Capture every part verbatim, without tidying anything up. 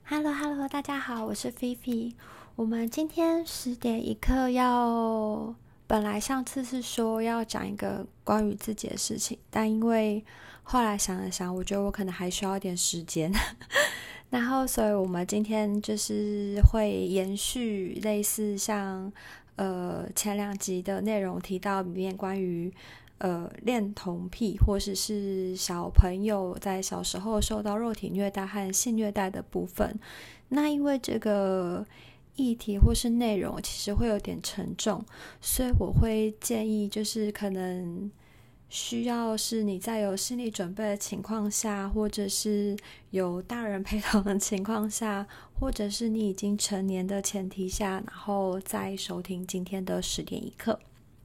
Hello Hello，大家好，我是菲菲。我们今天十点一刻要，本来上次是说要讲一个关于自己的事情，但因为后来想了想，我觉得我可能还需要一点时间，然后所以我们今天就是会延续类似像呃前两集的内容提到里面关于呃恋童癖或者是小朋友在小时候受到肉体虐待和性虐待的部分。那因为这个议题或是内容其实会有点沉重，所以我会建议就是可能需要是你在有心理准备的情况下，或者是有大人陪同的情况下，或者是你已经成年的前提下，然后再收听今天的十点一刻。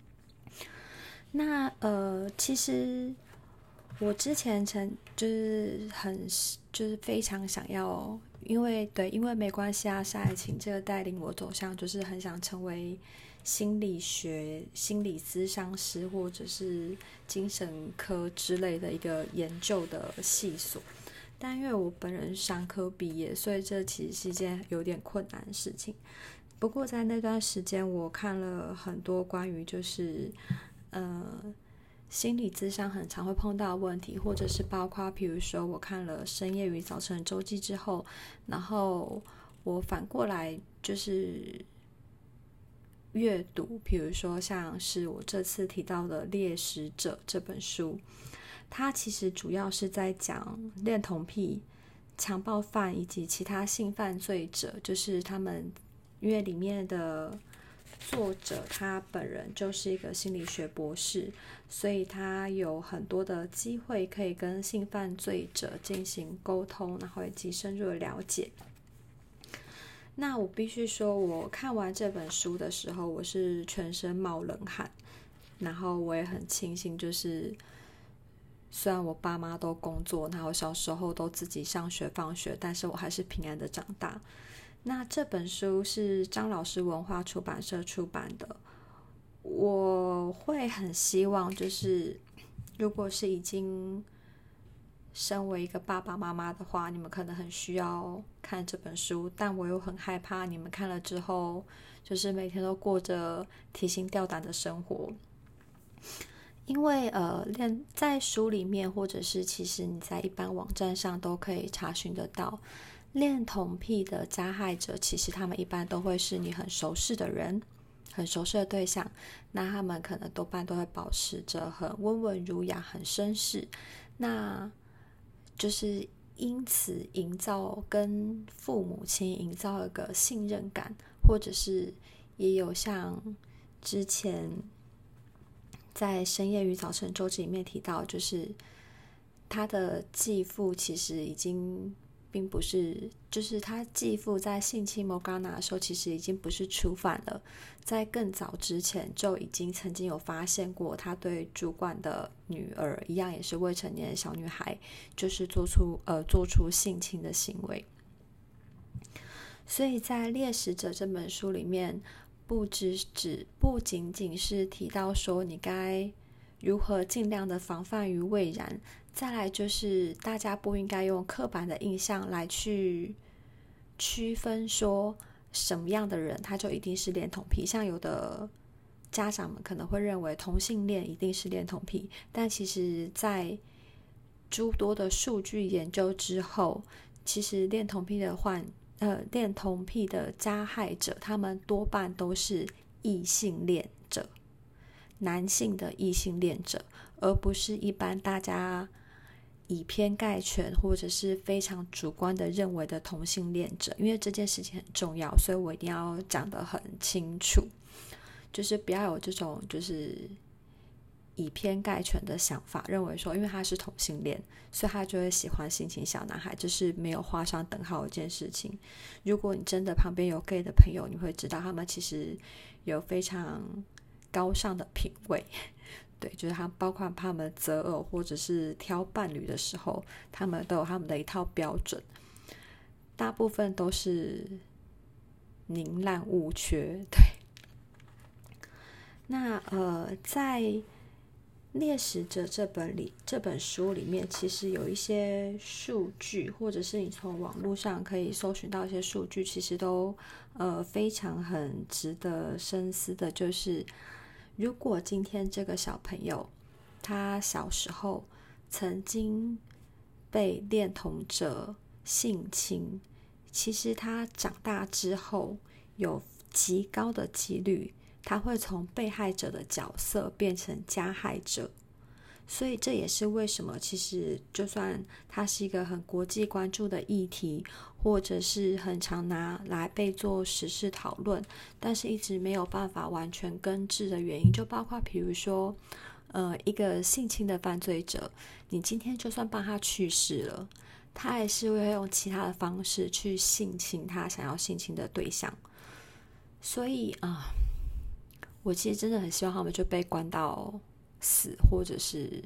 那呃，其实我之前曾就是很就是非常想要，因为对，因为没关系啊，是爱情这个带领我走向，就是很想成为心理学、心理咨商师或者是精神科之类的一个研究的系所。但因为我本人商科毕业，所以这其实是一件有点困难的事情。不过在那段时间，我看了很多关于就是呃。心理咨商很常会碰到的问题，或者是包括比如说我看了深夜与早晨周记之后，然后我反过来就是阅读，比如说像是我这次提到的《猎食者》这本书，它其实主要是在讲恋童癖、强暴犯以及其他性犯罪者，就是他们因为里面的作者他本人就是一个心理学博士，所以他有很多的机会可以跟性犯罪者进行沟通，然后以及深入的了解。那我必须说，我看完这本书的时候，我是全身冒冷汗，然后我也很庆幸，就是虽然我爸妈都工作，然后小时候都自己上学放学，但是我还是平安的长大。那这本书是张老师文化出版社出版的，我会很希望就是如果是已经身为一个爸爸妈妈的话，你们可能很需要看这本书，但我又很害怕你们看了之后就是每天都过着提心吊胆的生活。因为呃，在书里面或者是其实你在一般网站上都可以查询得到，恋童癖的加害者其实他们一般都会是你很熟识的人，很熟识的对象，那他们可能多半都会保持着很温文儒雅、很绅士，那就是因此营造跟父母亲营造一个信任感，或者是也有像之前在深夜与早晨周记里面提到，就是他的继父其实已经并不是，就是他继父在性侵 Morgana 的时候其实已经不是初犯了，在更早之前就已经曾经有发现过他对主管的女儿一样也是未成年的小女孩就是做出呃做出性侵的行为。所以在《猎食者》这本书里面，不只只不仅仅是提到说你该如何尽量的防范于未然，再来就是大家不应该用刻板的印象来去区分说什么样的人他就一定是恋童癖，像有的家长们可能会认为同性恋一定是恋童癖，但其实在诸多的数据研究之后，其实恋童癖的患呃，恋童癖的加害者，他们多半都是异性恋者，男性的异性恋者，而不是一般大家以偏概全或者是非常主观的认为的同性恋者。因为这件事情很重要，所以我一定要讲得很清楚，就是不要有这种就是以偏概全的想法，认为说因为他是同性恋，所以他就会喜欢性侵小男孩，这是没有画上等号的一件事情。如果你真的旁边有 gay 的朋友，你会知道他们其实有非常高尚的品味，对，就是他包括他们择偶或者是挑伴侣的时候，他们都有他们的一套标准，大部分都是宁滥勿缺。对，那呃，在猎食者这本里这本书里面，其实有一些数据，或者是你从网络上可以搜寻到一些数据，其实都呃非常很值得深思的。就是如果今天这个小朋友他小时候曾经被恋童者性侵，其实他长大之后有极高的几率他会从被害者的角色变成加害者。所以这也是为什么其实就算它是一个很国际关注的议题，或者是很常拿来被做时事讨论，但是一直没有办法完全根治的原因，就包括比如说呃，一个性侵的犯罪者，你今天就算帮他去世了，他还是会用其他的方式去性侵他想要性侵的对象。所以啊、呃我其实真的很希望他们就被关到死，或者是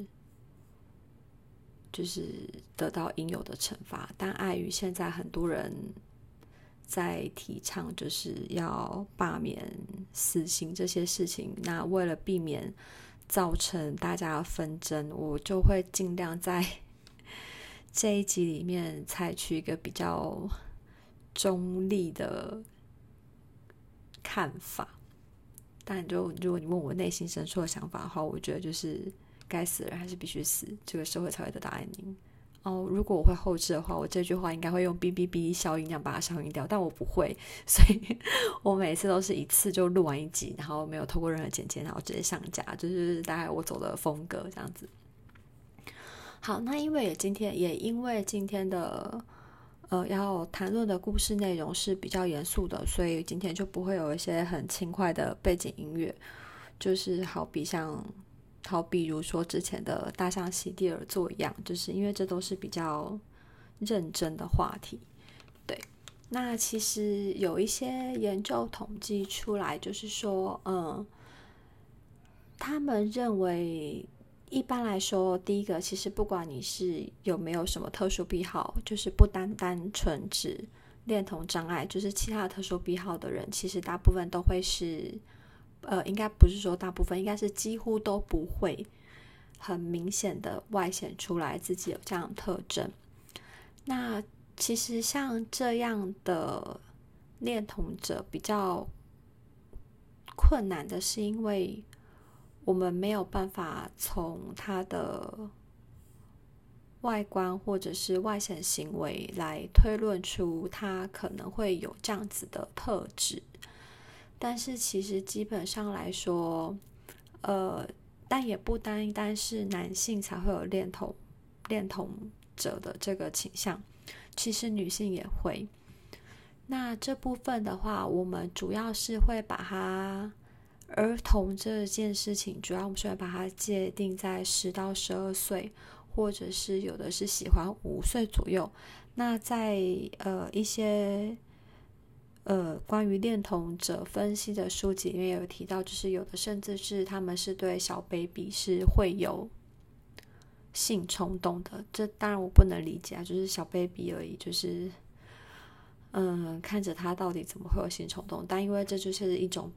就是得到应有的惩罚。但碍于现在很多人在提倡就是要罢免死刑这些事情，那为了避免造成大家的纷争，我就会尽量在这一集里面采取一个比较中立的看法。但就如果你问我内心深处的想法的话，我觉得就是该死的人还是必须死，这个社会才会得到安宁。哦，如果我会后置的话，我这句话应该会用哔哔哔消音那样把它消音掉，但我不会，所以我每次都是一次就录完一集，然后没有透过任何剪接，然后直接上架，就是大概我走的风格这样子。好，那因为也今天也因为今天的呃，要谈论的故事内容是比较严肃的，所以今天就不会有一些很轻快的背景音乐，就是好比像好比如说之前的大象席地而坐一样，就是因为这都是比较认真的话题。对，那其实有一些研究统计出来，就是说嗯，他们认为一般来说，第一个其实不管你是有没有什么特殊癖好，就是不单单纯指恋童障碍，就是其他的特殊癖好的人，其实大部分都会是呃，应该不是说大部分，应该是几乎都不会很明显的外显出来自己有这样的特征。那其实像这样的恋童者比较困难的是，因为我们没有办法从他的外观或者是外显行为来推论出他可能会有这样子的特质。但是其实基本上来说，呃，但也不单单是男性才会有恋童恋童者的这个倾向，其实女性也会。那这部分的话，我们主要是会把它儿童这件事情，主要我们是会把它界定在十到十二岁，或者是有的是喜欢五岁左右。那在呃一些呃关于恋童者分析的书籍里面有提到，就是有的甚至是他们是对小 baby 是会有性冲动的。这当然我不能理解啊，就是小 baby 而已，就是嗯看着他到底怎么会有性冲动，但因为这就是一种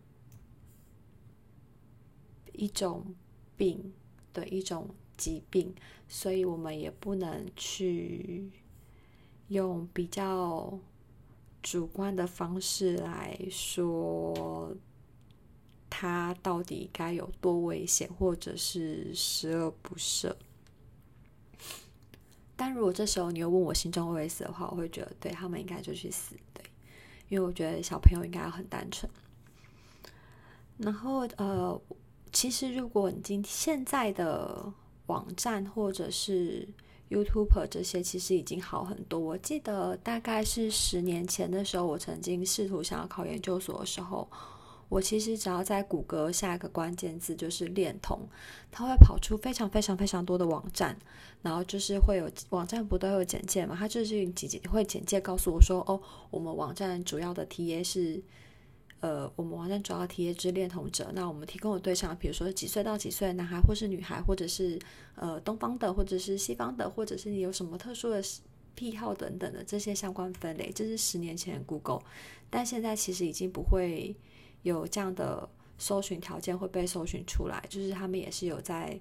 一种病，对，一种疾病，所以我们也不能去用比较主观的方式来说它到底该有多危险，或者是十恶不赦。但如果这时候你又问我心中 O S 的话，我会觉得对，他们应该就去死，对，因为我觉得小朋友应该要很单纯。然后呃其实如果你今现在的网站或者是 YouTuber 这些其实已经好很多。我记得大概是十年前的时候，我曾经试图想要考研究所的时候，我其实只要在谷歌下一个关键字就是恋童，它会跑出非常非常非常多的网站，然后就是会有网站不都有简介嘛，它就是会简介告诉我说，哦，我们网站主要的 T A 是呃，我们网站主要T A是恋童者，那我们提供的对象，比如说几岁到几岁，男孩或是女孩，或者是呃东方的，或者是西方的，或者是你有什么特殊的癖好等等的这些相关分类，这是十年前的 Google， 但现在其实已经不会有这样的搜寻条件会被搜寻出来，就是他们也是有在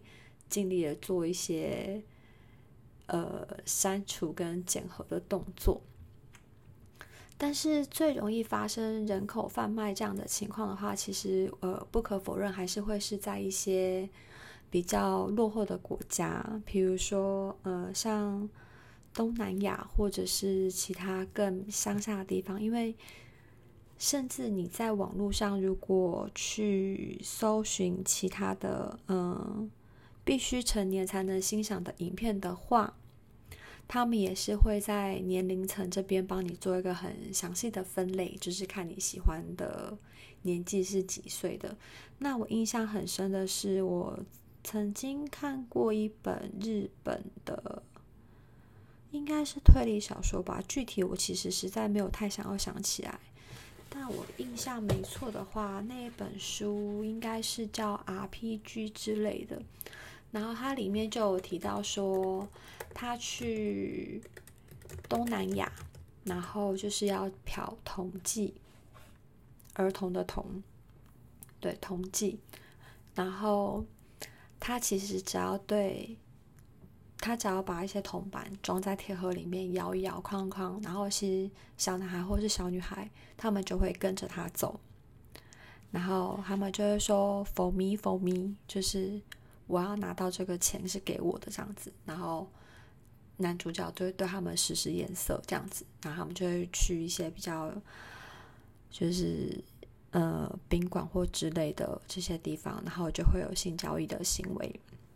尽力的做一些呃删除跟检核的动作。但是最容易发生人口贩卖这样的情况的话，其实呃不可否认还是会是在一些比较落后的国家，比如说呃像东南亚或者是其他更乡下的地方。因为甚至你在网络上如果去搜寻其他的嗯必须成年才能欣赏的影片的话，他们也是会在年龄层这边帮你做一个很详细的分类，就是看你喜欢的年纪是几岁的。那我印象很深的是，我曾经看过一本日本的应该是推理小说吧，具体我其实实在没有太想要想起来，但我印象没错的话，那本书应该是叫 R P G 之类的。然后它里面就有提到说，他去东南亚，然后就是要嫖童妓，儿童的童，对，童妓。然后他其实只要对他只要把一些铜板装在铁盒里面摇一摇框框，然后是小男孩或是小女孩，他们就会跟着他走，然后他们就会说 for me for me， 就是我要拿到这个钱是给我的这样子。然后男主角就会对他们使使眼色这样子，然后他们就会去一些比较就是呃宾馆或之类的这些地方，然后就会有性交易的行为。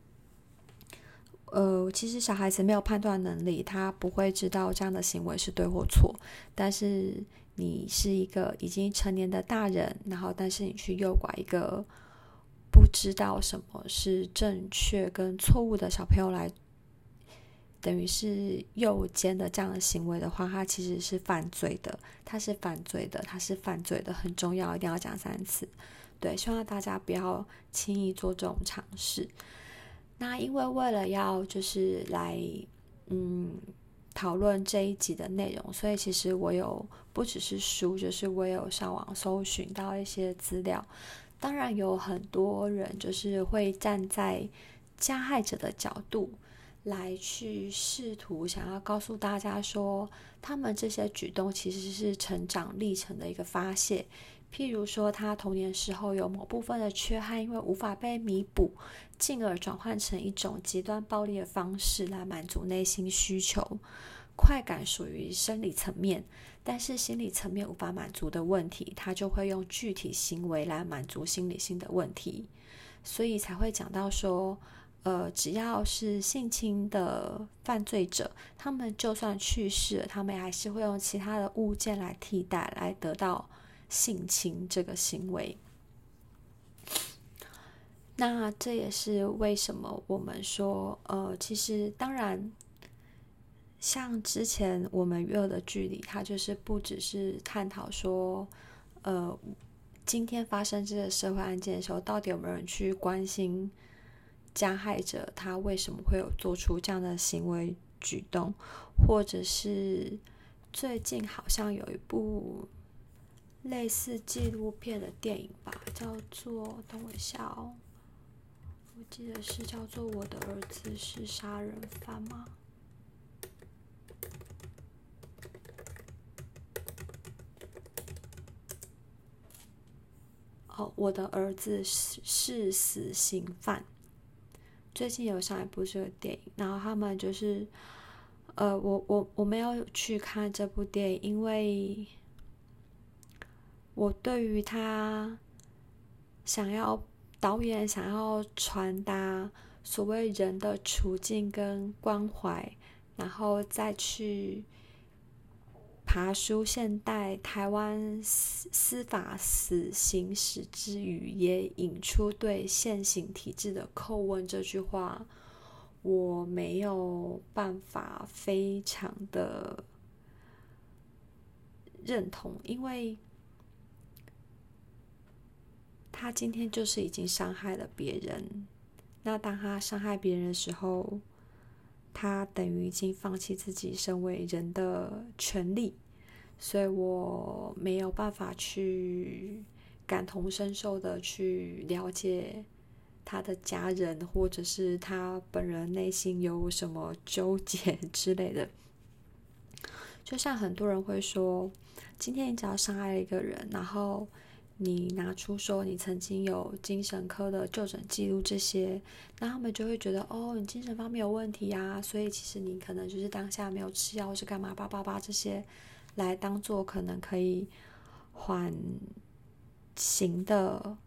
呃，其实小孩子没有判断能力，他不会知道这样的行为是对或错，但是你是一个已经成年的大人，然后但是你去诱拐一个不知道什么是正确跟错误的小朋友来，等于是诱奸的这样的行为的话，它其实是犯罪的，它是犯罪的，它是犯罪的，很重要，一定要讲三次。对，希望大家不要轻易做这种尝试。那因为为了要就是来嗯讨论这一集的内容，所以其实我有不只是书，就是我有上网搜寻到一些资料。当然有很多人就是会站在加害者的角度来去试图想要告诉大家说，他们这些举动其实是成长历程的一个发泄。譬如说他童年时候有某部分的缺憾，因为无法被弥补，进而转换成一种极端暴力的方式来满足内心需求。快感属于生理层面，但是心理层面无法满足的问题，他就会用具体行为来满足心理性的问题。所以才会讲到说呃，只要是性侵的犯罪者，他们就算去世了，他们还是会用其他的物件来替代，来得到性侵这个行为。那这也是为什么我们说呃，其实当然像之前我们约的距离，它就是不只是探讨说呃，今天发生这个社会案件的时候，到底有没有人去关心加害者他为什么会有做出这样的行为举动，或者是最近好像有一部类似纪录片的电影吧，叫做等我一下哦，我记得是叫做我的儿子是杀人犯吗？哦，我的儿子是是死刑犯。最近有上一部这个电影，然后他们就是呃，我我我没有去看这部电影，因为我对于他想要导演想要传达所谓人的处境跟关怀，然后再去爬书现代台湾司司法死刑史之余，也引出对现行体制的叩问，这句话我没有办法非常的认同，因为他今天就是已经伤害了别人，那当他伤害别人的时候，他等于已经放弃自己身为人的权利，所以我没有办法去感同身受的去了解他的家人或者是他本人内心有什么纠结之类的。就像很多人会说，今天你只要伤害了一个人，然后你拿出说你曾经有精神科的就诊记录这些，那他们就会觉得哦，你精神方面有问题啊，所以其实你可能就是当下没有吃药或是干嘛叭叭叭这些来当做可能可以缓刑的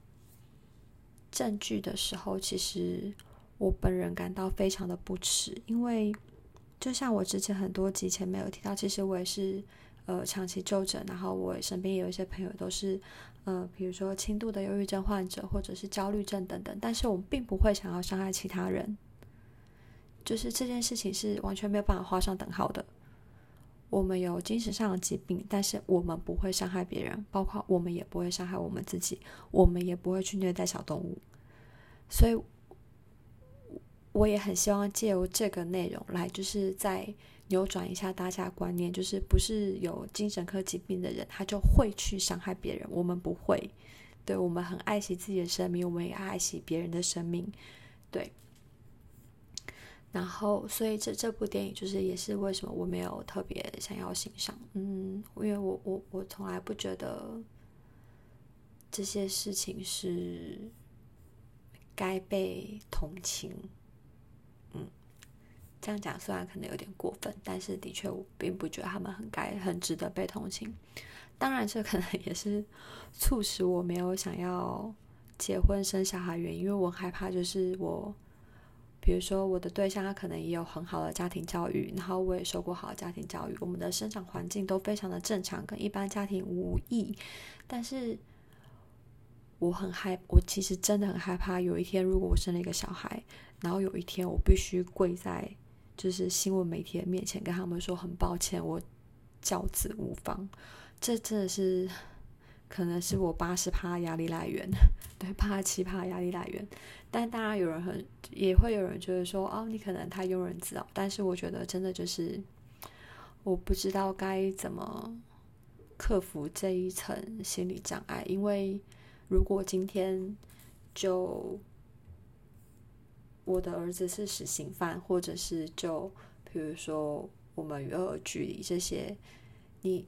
证据的时候，其实我本人感到非常的不耻。因为就像我之前很多集前面有提到，其实我也是呃长期就诊，然后我身边也有一些朋友都是呃比如说轻度的忧郁症患者或者是焦虑症等等，但是我们并不会想要伤害其他人，就是这件事情是完全没有办法画上等号的。我们有精神上的疾病，但是我们不会伤害别人，包括我们也不会伤害我们自己，我们也不会去虐待小动物。所以我也很希望借由这个内容来就是再扭转一下大家的观念，就是不是有精神科疾病的人他就会去伤害别人，我们不会。对，我们很爱惜自己的生命，我们也爱惜别人的生命。对，然后所以这这部电影就是也是为什么我没有特别想要欣赏，嗯，因为我我我从来不觉得这些事情是该被同情。嗯，这样讲虽然可能有点过分，但是的确我并不觉得他们很该很值得被同情。当然这可能也是促使我没有想要结婚生小孩原因，因为我害怕就是我比如说我的对象他可能也有很好的家庭教育，然后我也受过好的家庭教育，我们的生长环境都非常的正常，跟一般家庭无异，但是我很害我其实真的很害怕有一天如果我生了一个小孩，然后有一天我必须跪在就是新闻媒体的面前跟他们说很抱歉我教子无方，这真的是可能是我 百分之八十 压力来源，对 百分之七十 压力来源。但当然有人很也会有人觉得说哦，你可能太庸人自扰，但是我觉得真的就是我不知道该怎么克服这一层心理障碍。因为如果今天就我的儿子是死刑犯，或者是就比如说我们与恶距离这些，你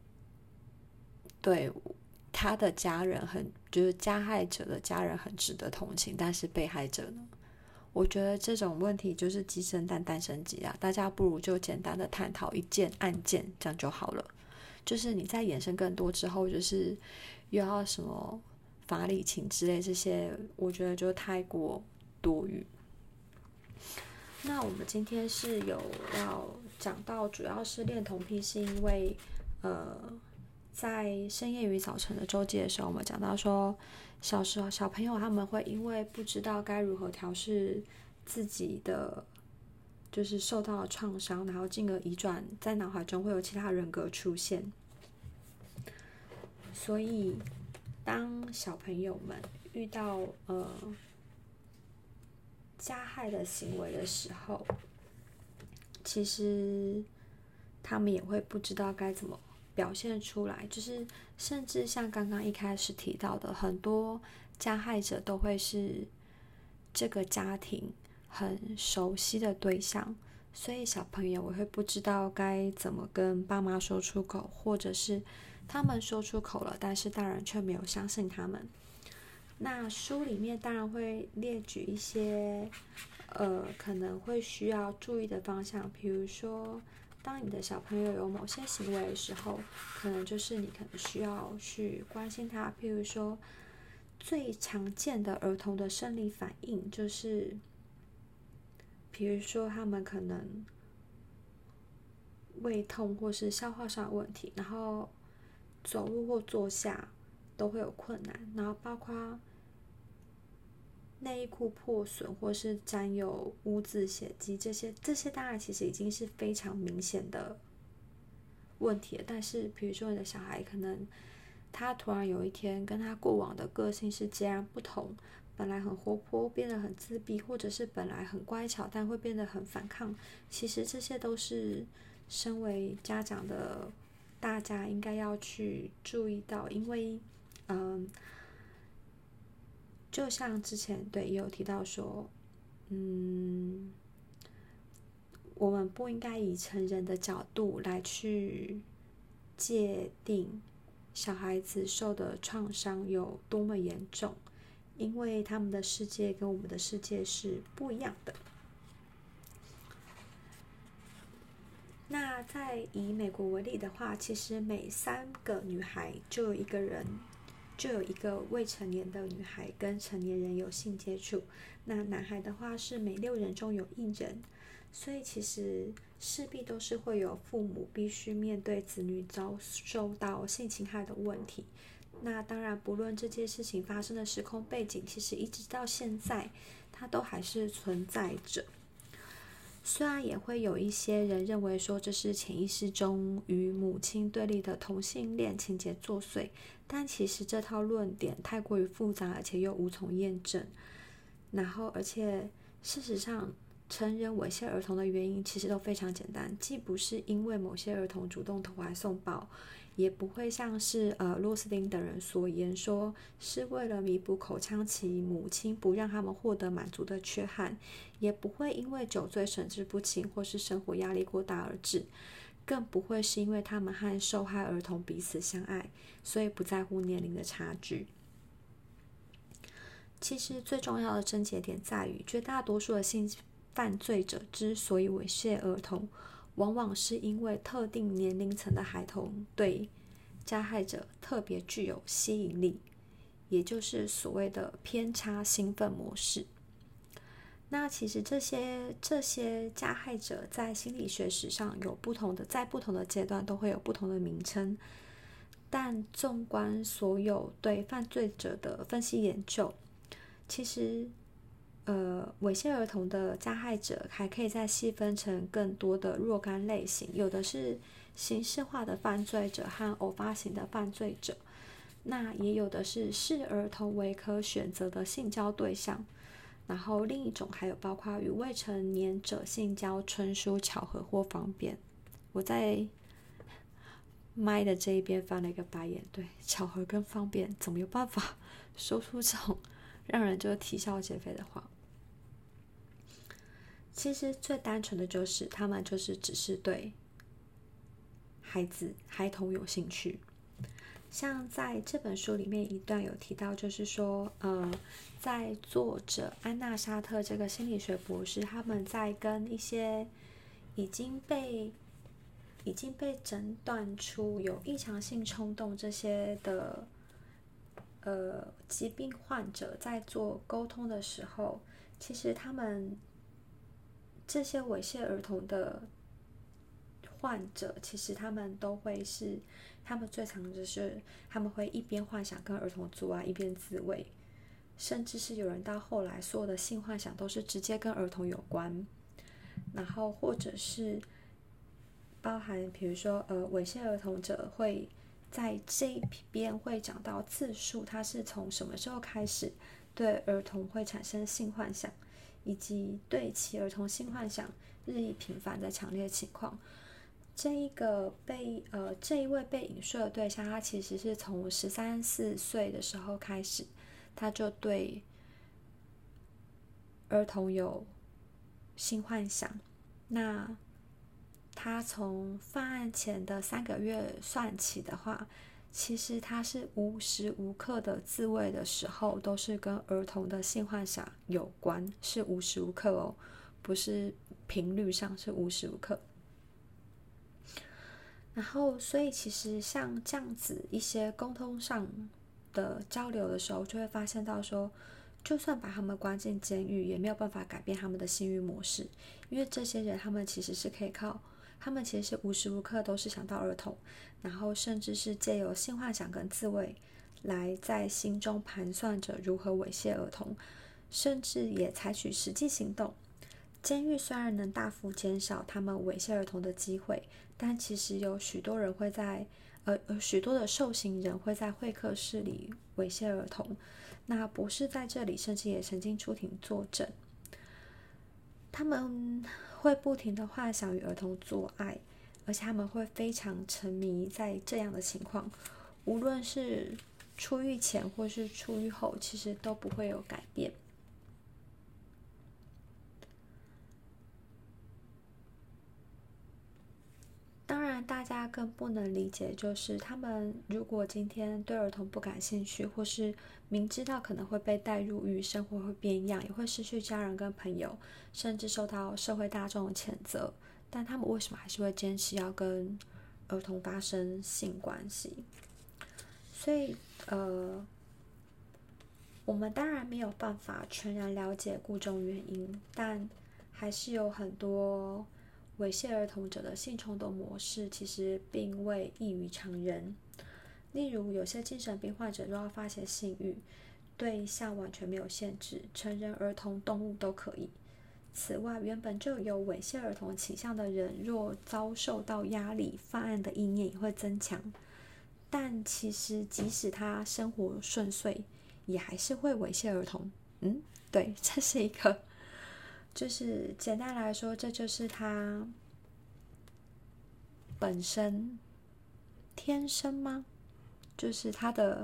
对他的家人很就是加害者的家人很值得同情，但是被害者呢，我觉得这种问题就是鸡生蛋蛋生鸡啊，大家不如就简单的探讨一件案件，这样就好了。就是你再衍生更多之后，就是又要什么法理情之类这些，我觉得就太过多余。那我们今天是有要讲到主要是恋童癖，是因为呃在深夜与早晨的周记的时候，我们讲到说小时候小朋友他们会因为不知道该如何调适自己的就是受到的创伤，然后进而移转在脑海中会有其他人格出现。所以当小朋友们遇到呃加害的行为的时候，其实他们也会不知道该怎么表现出来，就是甚至像刚刚一开始提到的，很多加害者都会是这个家庭很熟悉的对象，所以小朋友我会不知道该怎么跟爸妈说出口，或者是他们说出口了，但是大人却没有相信他们。那书里面当然会列举一些呃可能会需要注意的方向，比如说当你的小朋友有某些行为的时候，可能就是你可能需要去关心他。譬如说最常见的儿童的生理反应就是比如说他们可能胃痛或是消化上的问题，然后走路或坐下都会有困难，然后包括内衣裤破损或是沾有污渍血迹，这些这些当然其实已经是非常明显的问题了。但是比如说你的小孩可能他突然有一天跟他过往的个性是截然不同，本来很活泼变得很自闭，或者是本来很乖巧但会变得很反抗，其实这些都是身为家长的大家应该要去注意到。因为嗯就像之前对也有提到说，嗯，我们不应该以成人的角度来去界定小孩子受的创伤有多么严重，因为他们的世界跟我们的世界是不一样的。那在以美国为例的话，其实每三个女孩就有一个人，就有一个未成年的女孩跟成年人有性接触。那男孩的话是每六人中有一人，所以其实势必都是会有父母必须面对子女遭受到性侵害的问题。那当然，不论这件事情发生的时空背景，其实一直到现在，它都还是存在着。虽然也会有一些人认为说这是潜意识中与母亲对立的同性恋情节作祟，但其实这套论点太过于复杂，而且又无从验证。然后，而且事实上，成人猥亵儿童的原因其实都非常简单，既不是因为某些儿童主动投怀送抱，也不会像是呃洛斯汀等人所言说是为了弥补口腔期母亲不让他们获得满足的缺憾，也不会因为酒醉神志不清或是生活压力过大而致，更不会是因为他们和受害儿童彼此相爱，所以不在乎年龄的差距。其实最重要的症结点在于，绝大多数的性犯罪者之所以猥亵儿童，往往是因为特定年龄层的孩童对加害者特别具有吸引力，也就是所谓的偏差兴奋模式。那其实这些这些加害者在心理学史上有不同的，在不同的阶段都会有不同的名称，但纵观所有对犯罪者的分析研究，其实呃，猥亵儿童的加害者还可以再细分成更多的若干类型，有的是形式化的犯罪者和偶发型的犯罪者，那也有的是视儿童为可选择的性交对象，然后另一种还有包括与未成年者性交纯属巧合或方便。我在麦的这一边翻了一个白眼，对，巧合跟方便怎么有办法说出这种让人就啼笑皆非的话？其实最单纯的就是他们就是只是对孩子孩童有兴趣。像在这本书里面一段有提到，就是说呃，在作者安娜沙特这个心理学博士，他们在跟一些已经被已经被诊断出有异常性冲动这些的呃疾病患者在做沟通的时候，其实他们这些猥亵儿童的患者，其实他们都会是，他们最常就是他们会一边幻想跟儿童做爱，一边自慰，甚至是有人到后来所有的性幻想都是直接跟儿童有关，然后或者是包含比如说呃猥亵儿童者会在这一边会讲到次数，他是从什么时候开始对儿童会产生性幻想，以及对其儿童性幻想日益频繁的强烈情况。这一个被呃这一位被引述的对象，他其实是从十三四岁的时候开始，他就对儿童有性幻想。那他从犯案前的三个月算起的话，其实他是无时无刻的自慰的时候都是跟儿童的性幻想有关，是无时无刻哦，不是频率上，是无时无刻。然后所以其实像这样子一些沟通上的交流的时候，就会发现到说，就算把他们关进监狱，也没有办法改变他们的性欲模式，因为这些人他们其实是可以靠他们其实是无时无刻都是想到儿童，然后甚至是借由性幻想跟自慰来在心中盘算着如何猥亵儿童，甚至也采取实际行动。监狱虽然能大幅减少他们猥亵儿童的机会，但其实有许多人会在呃呃许多的受刑人会在会客室里猥亵儿童。那博士在这里甚至也曾经出庭作证，他们会不停的幻想与儿童做爱，而且他们会非常沉迷在这样的情况，无论是出狱前或是出狱后，其实都不会有改变。当然，大家更不能理解，就是他们如果今天对儿童不感兴趣，或是明知道可能会被带入狱，生活会变样，也会失去家人跟朋友，甚至受到社会大众的谴责，但他们为什么还是会坚持要跟儿童发生性关系？所以，呃，我们当然没有办法全然了解故中原因，但还是有很多猥亵儿童者的性冲动模式其实并未异于常人。例如，有些精神病患者若要发泄性欲，对象完全没有限制，成人、儿童、动物都可以。此外，原本就有猥亵儿童倾向的人，若遭受到压力，犯案的意念也会增强。但其实，即使他生活顺遂，也还是会猥亵儿童。嗯，对，这是一个，就是简单来说，这就是他本身天生吗？就是他的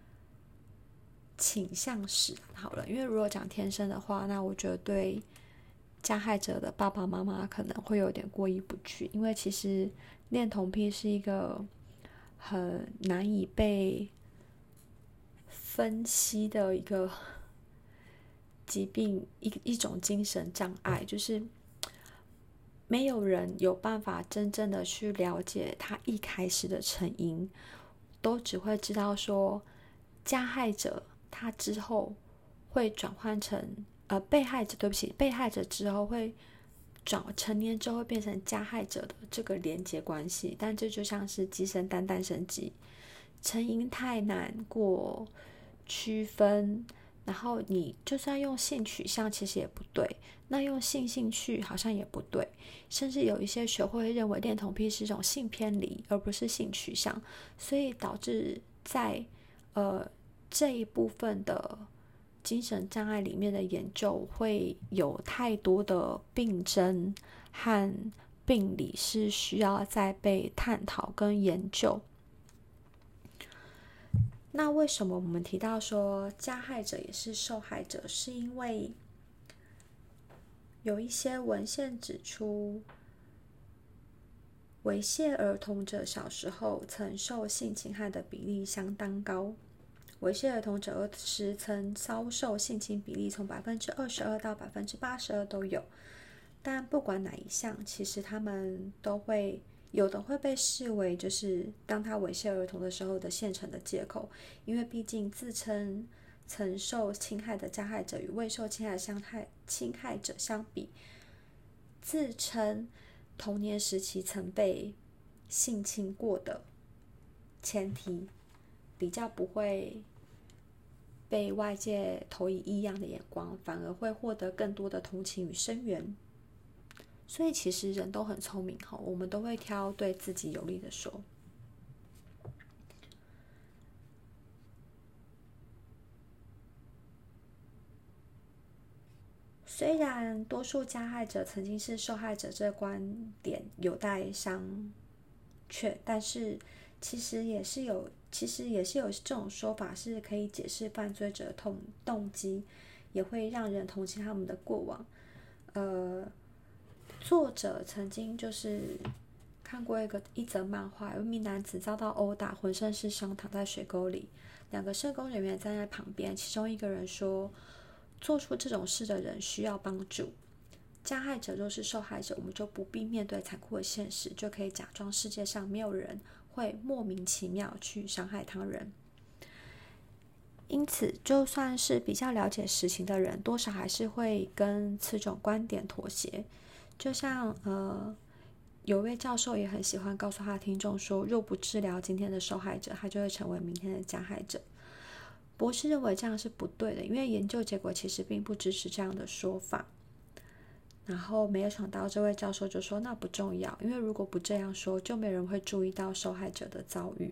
倾向使然好了。因为如果讲天生的话，那我觉得对加害者的爸爸妈妈可能会有点过意不去，因为其实恋童癖是一个很难以被分析的一个疾病，一一种精神障碍，就是没有人有办法真正的去了解他一开始的成因，都只会知道说加害者他之后会转换成呃被害者，对不起，被害者之后会转成年之后会变成加害者的这个连结关系，但这就像是鸡生蛋蛋生鸡，成因太难过区分，然后你就算用性取向其实也不对，那用性兴趣好像也不对，甚至有一些学会认为恋童癖是一种性偏离而不是性取向，所以导致在呃这一部分的精神障碍里面的研究会有太多的病症和病理是需要再被探讨跟研究。那为什么我们提到说加害者也是受害者，是因为有一些文献指出，猥亵儿童者小时候曾受性侵害的比例相当高，猥亵儿童者儿时曾遭受性侵比例从百分之二十二到百分之八十二都有。但不管哪一项，其实他们都会有的会被视为就是当他猥亵儿童的时候的现成的借口，因为毕竟自称曾受侵害的加害者与未受侵害的相害侵害者相比，自称童年时期曾被性侵过的前提比较不会被外界投以异样的眼光，反而会获得更多的同情与声援。所以其实人都很聪明，我们都会挑对自己有利的说。虽然多数加害者曾经是受害者这个观点有待商榷，但是其实也是有其实也是有这种说法是可以解释犯罪者的动动机，也会让人同情他们的过往。呃作者曾经就是看过一个一则漫画，有一名男子遭到殴打，浑身是伤，躺在水沟里，两个社工人员站在旁边，其中一个人说，做出这种事的人需要帮助，加害者若是受害者，我们就不必面对残酷的现实，就可以假装世界上没有人会莫名其妙去伤害他人。因此就算是比较了解实情的人，多少还是会跟此种观点妥协。就像呃，有位教授也很喜欢告诉他的听众说，若不治疗今天的受害者，他就会成为明天的加害者。博士认为这样是不对的，因为研究结果其实并不支持这样的说法。然后没有想到这位教授就说，那不重要，因为如果不这样说，就没人会注意到受害者的遭遇。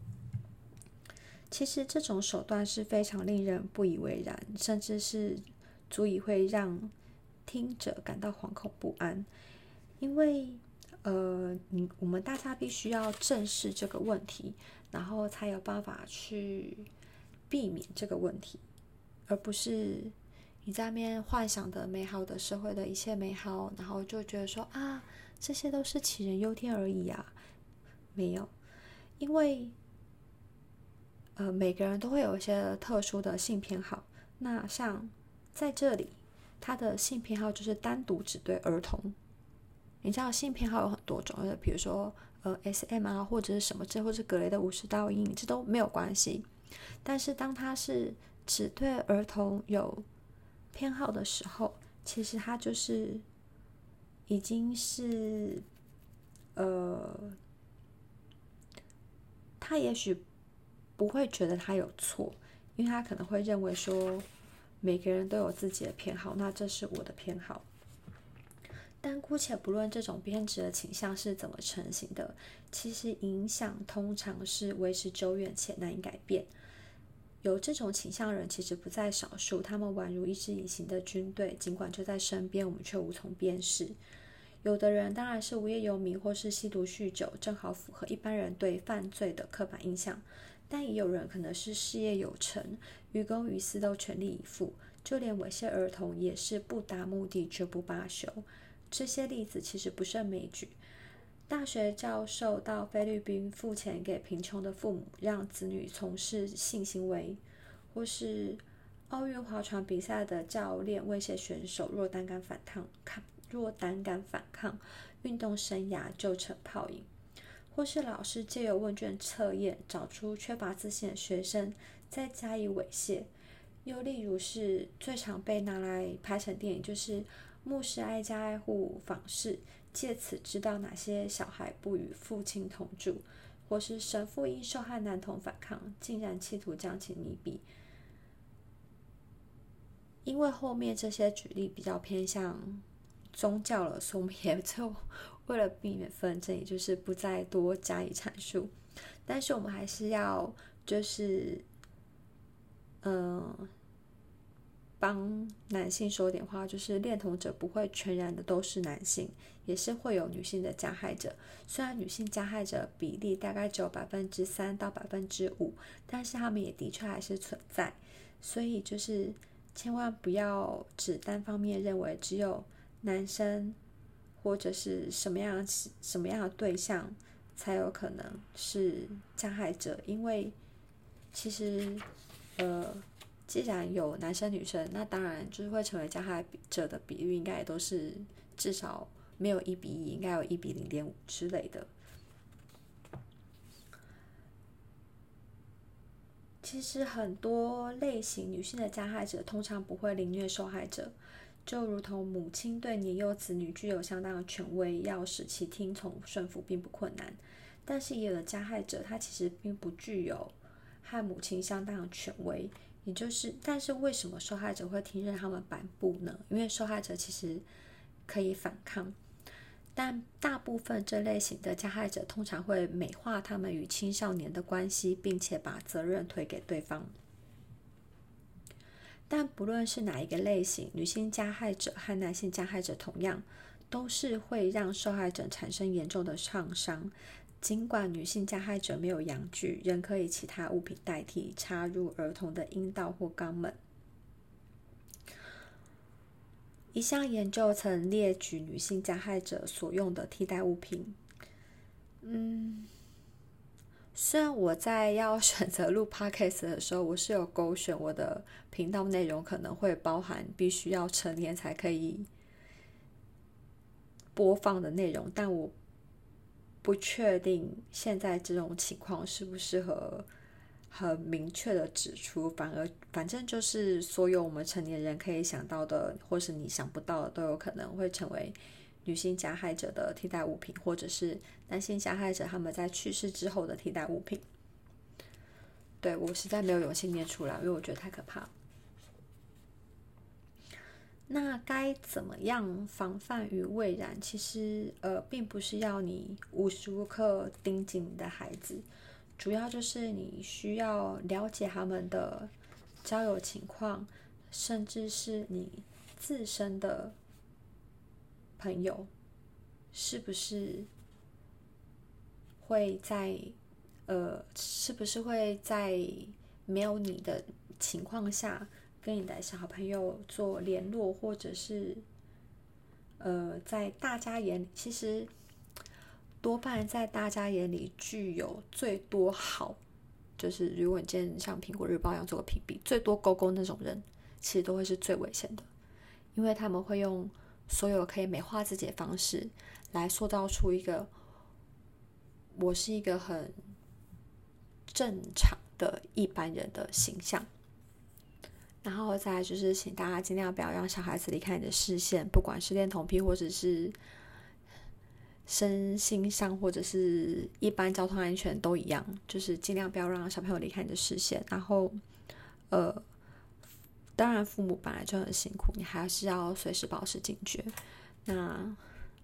其实这种手段是非常令人不以为然，甚至是足以会让听者感到惶恐不安，因为呃，你我们大家必须要正视这个问题，然后才有办法去避免这个问题，而不是你在那边幻想的美好的社会的一切美好，然后就觉得说啊，这些都是杞人忧天而已啊。没有，因为呃每个人都会有一些特殊的性偏好。那像在这里，他的性偏好就是单独只对儿童。你知道性偏好有很多种，比如说呃 S M 啊，或者是什么这，或者是格雷的五十道阴影，这都没有关系。但是当他是只对儿童有偏好的时候，其实他就是已经是呃，他也许不会觉得他有错，因为他可能会认为说每个人都有自己的偏好，那这是我的偏好。但姑且不论这种偏执的倾向是怎么成型的，其实影响通常是维持久远且难以改变。有这种倾向的人其实不在少数，他们宛如一支隐形的军队，尽管就在身边，我们却无从辨识。有的人当然是无业游民或是吸毒酗酒，正好符合一般人对犯罪的刻板印象，但也有人可能是事业有成，于公于私都全力以赴，就连猥亵儿童也是不达目的绝不罢休。这些例子其实不胜枚举。大学教授到菲律宾付钱给贫穷的父母，让子女从事性行为，或是奥运划船比赛的教练威胁选手，若胆敢反抗，若胆敢反抗，运动生涯就成泡影；或是老师借由问卷测验找出缺乏自信的学生，再加以猥亵。又例如是最常被拿来拍成电影，就是牧师挨家挨户访视，借此知道哪些小孩不与父亲同住，或是神父因受害男童反抗，竟然企图将其溺毙。因为后面这些举例比较偏向宗教了，所以我们也就为了避免纷争，也就是不再多加以阐述。但是我们还是要就是嗯，帮男性说点话，就是恋童者不会全然的都是男性，也是会有女性的加害者。虽然女性加害者比例大概只有百分之三到百分之五，但是他们也的确还是存在。所以就是千万不要只单方面认为只有男生或者是什么样什么样的对象才有可能是加害者，因为其实呃，既然有男生女生，那当然就是会成为加害者的比率应该也都是至少没有一比一，应该有一比零点五之类的。其实很多类型女性的加害者通常不会凌虐受害者，就如同母亲对年幼子女具有相当的权威，要使其听从顺服并不困难。但是也有的加害者他其实并不具有和母亲相当的权威，也就是但是为什么受害者会听任他们摆布呢？因为受害者其实可以反抗，但大部分这类型的加害者通常会美化他们与青少年的关系，并且把责任推给对方。但不论是哪一个类型，女性加害者和男性加害者同样都是会让受害者产生严重的创伤。尽管女性加害者没有阳具，仍可以其他物品代替，插入儿童的阴道或肛门。一项研究曾列举女性加害者所用的替代物品。嗯，虽然我在要选择录 podcast 的时候，我是有勾选我的频道内容可能会包含必须要成年才可以播放的内容，但我不确定现在这种情况适不适合很明确的指出，反而反正就是所有我们成年人可以想到的，或是你想不到的，都有可能会成为女性加害者的替代物品，或者是男性加害者他们在去世之后的替代物品。对，我实在没有勇气念出来，因为我觉得太可怕了。那该怎么样防范于未然？其实呃，并不是要你无时无刻盯紧你的孩子，主要就是你需要了解他们的交友情况，甚至是你自身的朋友是不是会在呃，是不是会在没有你的情况下跟你的小朋友做联络，或者是呃，在大家眼里，其实多半在大家眼里具有最多好，就是如果你今天像苹果日报一样做个评比，最多勾勾那种人，其实都会是最危险的，因为他们会用所有可以美化自己的方式来塑造出一个我是一个很正常的一般人的形象。然后再来就是请大家尽量不要让小孩子离开你的视线，不管是恋童癖或者是身心上或者是一般交通安全都一样，就是尽量不要让小朋友离开你的视线。然后呃，当然父母本来就很辛苦，你还是要随时保持警觉。那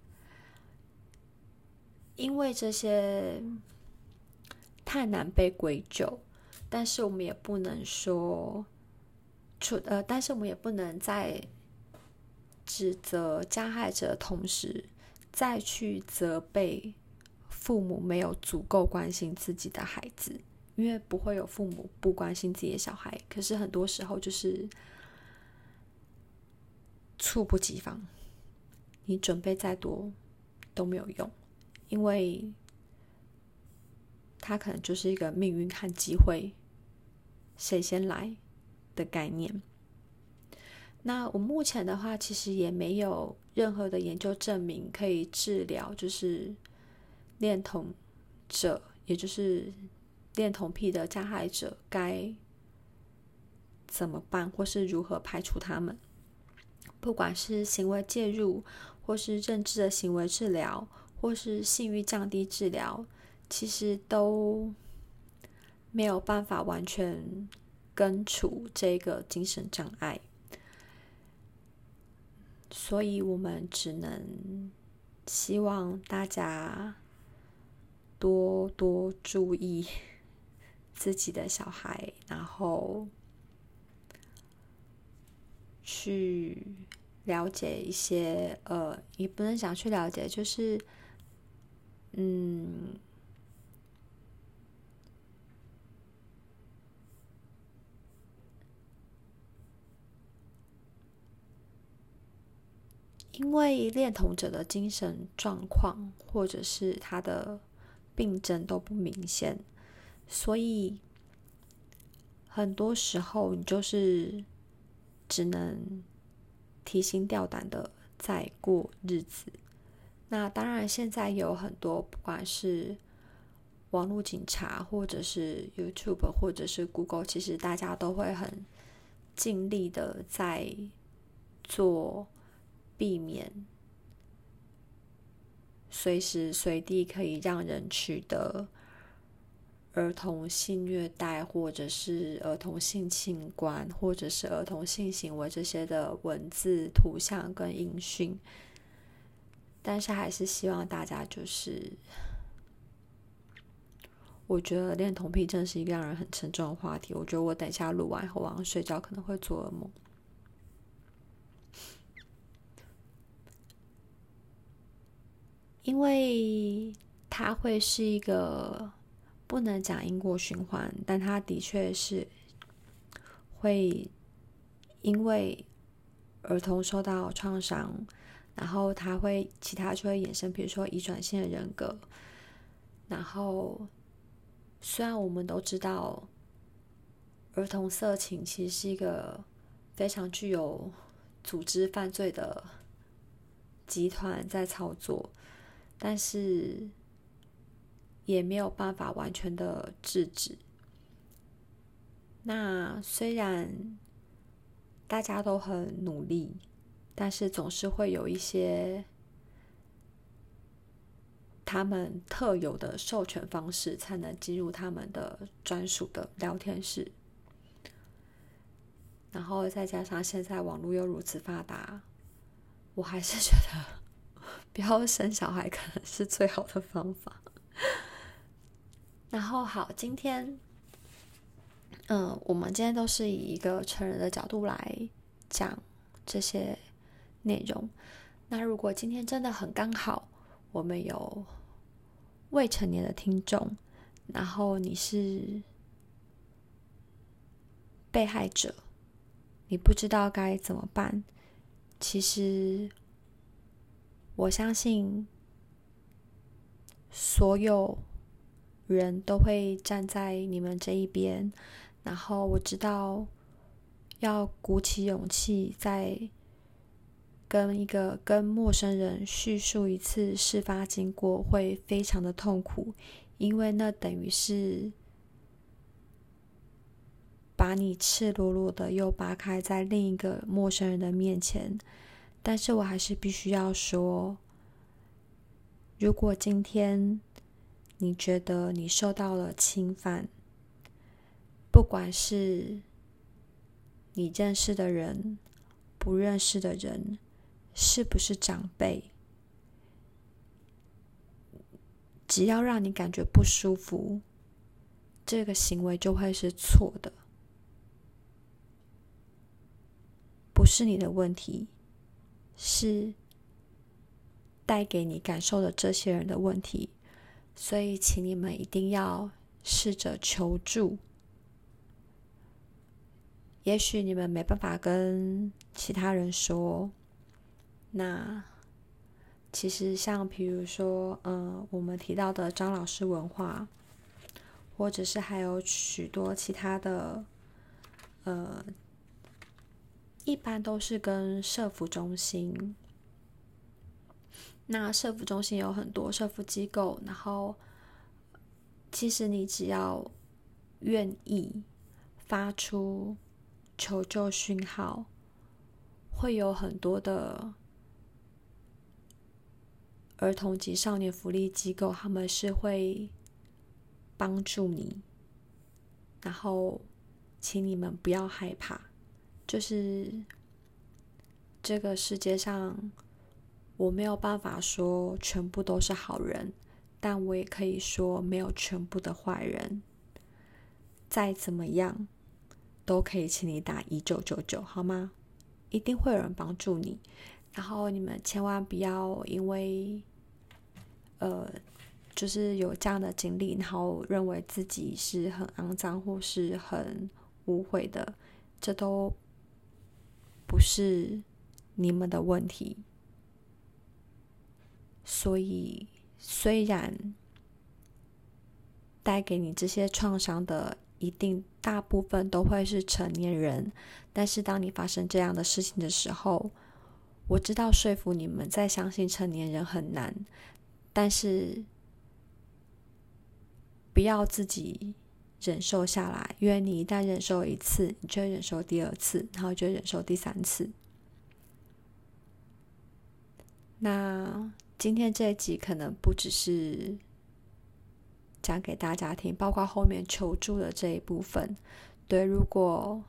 因为这些太难被归咎，但是我们也不能说呃，但是我们也不能在指责加害者的同时再去责备父母没有足够关心自己的孩子，因为不会有父母不关心自己的小孩，可是很多时候就是猝不及防，你准备再多都没有用，因为他可能就是一个命运和机会谁先来的概念。那我目前的话其实也没有任何的研究证明可以治疗就是恋童者，也就是恋童癖的加害者该怎么办，或是如何排除他们。不管是行为介入，或是认知的行为治疗，或是性欲降低治疗，其实都没有办法完全根除这个精神障碍，所以我们只能希望大家多多注意自己的小孩，然后去了解一些呃，也不能讲去了解，就是嗯因为恋童者的精神状况或者是他的病症都不明显，所以很多时候你就是只能提心吊胆的在过日子。那当然现在有很多不管是网络警察或者是 YouTube 或者是 Google， 其实大家都会很尽力的在做避免随时随地可以让人取得儿童性虐待或者是儿童性侵关或者是儿童性行为这些的文字图像跟音讯，但是还是希望大家就是我觉得恋童癖真是一个让人很沉重的话题，我觉得我等一下录完以后晚上睡觉可能会做噩梦。因为它会是一个不能讲因果循环，但它的确是会因为儿童受到创伤，然后它会其他就会衍生，比如说遗传性的人格。然后虽然我们都知道儿童色情其实是一个非常具有组织犯罪的集团在操作，但是也没有办法完全的制止。那虽然大家都很努力，但是总是会有一些他们特有的授权方式才能进入他们的专属的聊天室，然后再加上现在网络又如此发达，我还是觉得不要生小孩可能是最好的方法。然后好，今天嗯，我们今天都是以一个成人的角度来讲这些内容。那如果今天真的很刚好我们有未成年的听众，然后你是被害者，你不知道该怎么办，其实我相信所有人都会站在你们这一边，然后我知道要鼓起勇气再跟一个跟陌生人叙述一次事发经过会非常的痛苦，因为那等于是把你赤裸裸的又扒开在另一个陌生人的面前。但是我还是必须要说，如果今天你觉得你受到了侵犯，不管是你认识的人、不认识的人，是不是长辈，只要让你感觉不舒服，这个行为就会是错的，不是你的问题，是带给你感受的这些人的问题。所以请你们一定要试着求助。也许你们没办法跟其他人说，那其实像比如说嗯，我们提到的张老师文化，或者是还有许多其他的呃，一般都是跟社福中心，那社福中心有很多社福机构，然后其实你只要愿意发出求救讯号，会有很多的儿童及少年福利机构，他们是会帮助你，然后请你们不要害怕，就是这个世界上我没有办法说全部都是好人，但我也可以说没有全部的坏人。再怎么样都可以请你打一九九九好吗？一定会有人帮助你。然后你们千万不要因为呃就是有这样的经历，然后认为自己是很肮脏或是很污秽的，这都不是你们的问题。所以虽然带给你这些创伤的一定大部分都会是成年人，但是当你发生这样的事情的时候，我知道说服你们再相信成年人很难，但是不要自己忍受下来，因为你一旦忍受一次，你就会忍受第二次，然后就会忍受第三次。那今天这一集可能不只是讲给大家听，包括后面求助的这一部分。对，如果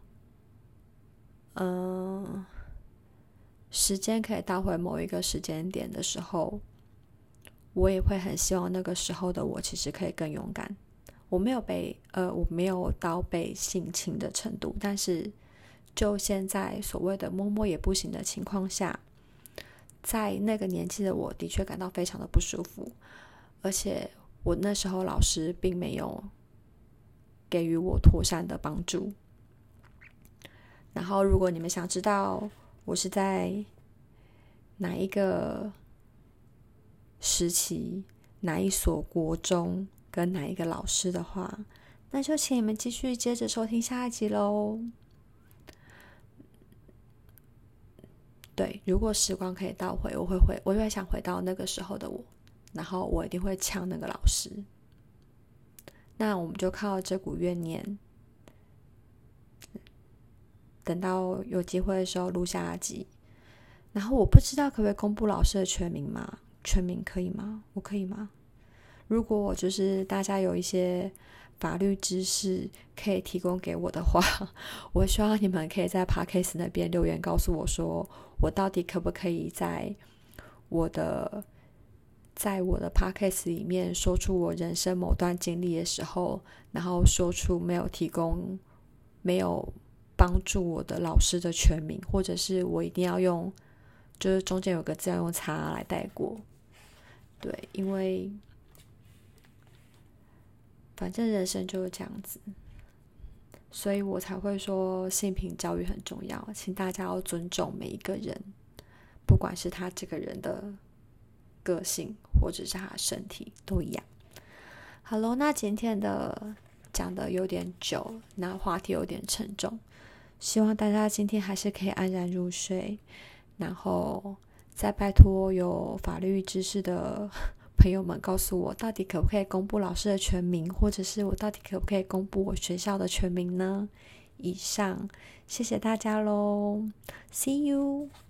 嗯时间可以倒回某一个时间点的时候，我也会很希望那个时候的我其实可以更勇敢。我没有被呃我没有到被性侵的程度，但是就现在所谓的摸摸也不行的情况下，在那个年纪的我的确感到非常的不舒服，而且我那时候老师并没有给予我妥善的帮助。然后如果你们想知道我是在哪一个时期、哪一所国中跟哪一个老师的话，那就请你们继续接着收听下一集咯。对，如果时光可以倒回，我会回，我会想回到那个时候的我，然后我一定会呛那个老师。那我们就靠这股怨念，等到有机会的时候录下集。然后我不知道可不可以公布老师的全名吗？全名可以吗？我可以吗？如果就是大家有一些法律知识可以提供给我的话，我希望你们可以在 Podcast 那边留言告诉我说，我到底可不可以在我的在我的 Podcast 里面说出我人生某段经历的时候，然后说出没有提供没有帮助我的老师的全名，或者是我一定要用就是中间有个字要用叉来带过。对，因为反正人生就是这样子， 所以我才会说性平教育很重要，请大家要尊重每一个人，不管是他这个人的个性或者是他的身体都一样。好咯，那今天的讲的有点久，那话题有点沉重，希望大家今天还是可以安然入睡，然后再拜托有法律知识的朋友们告诉我，到底可不可以公布老师的全名，或者是我到底可不可以公布我学校的全名呢？以上，谢谢大家咯， See you。